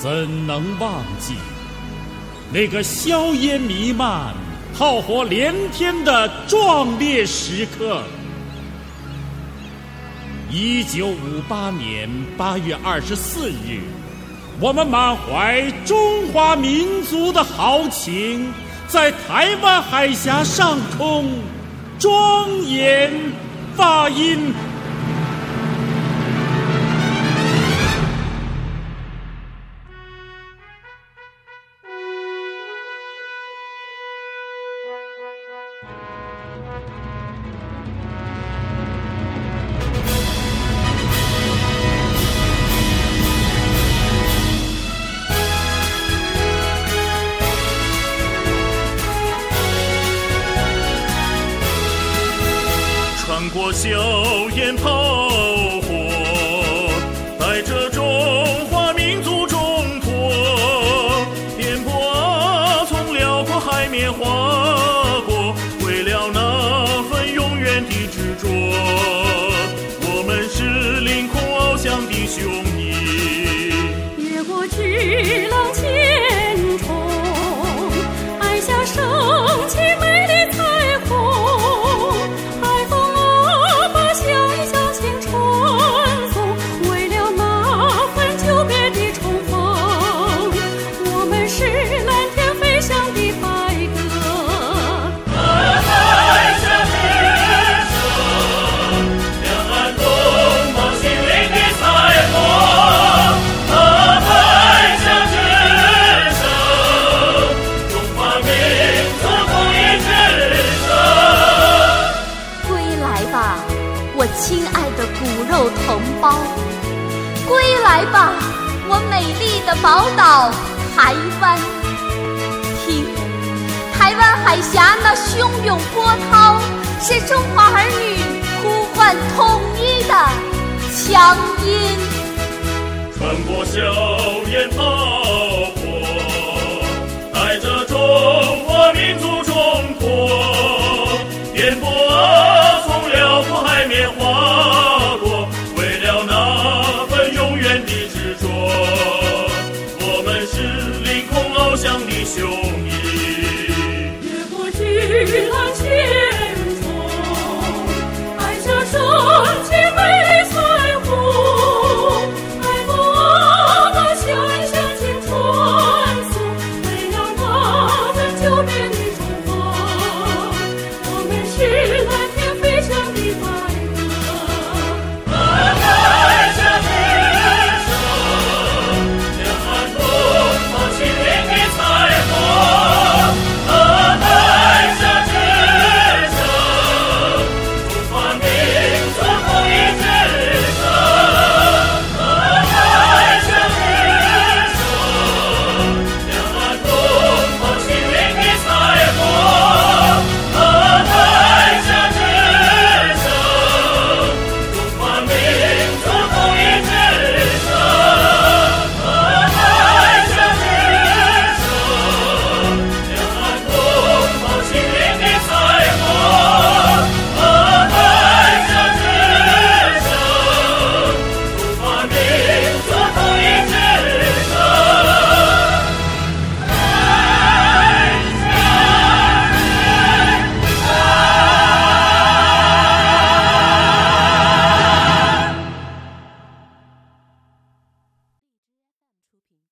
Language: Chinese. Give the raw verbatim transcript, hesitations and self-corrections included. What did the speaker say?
怎能忘记那个硝烟弥漫、炮火连天的壮烈时刻？一九五八年八月二十四日，我们满怀中华民族的豪情，在台湾海峡上空庄严发音。 穿过硝烟炮火，带着中华民族中国，颠簸啊，从辽阔海面划过，为了那份永远的执着，我们是凌空翱翔的雄鹰。 越过巨浪千重，海峡升起美丽彩虹。 亲爱的骨肉同胞，归来吧，我美丽的宝岛台湾！听，台湾海峡那汹涌波涛，是中华儿女呼唤统一的强音。 穿过硝烟炮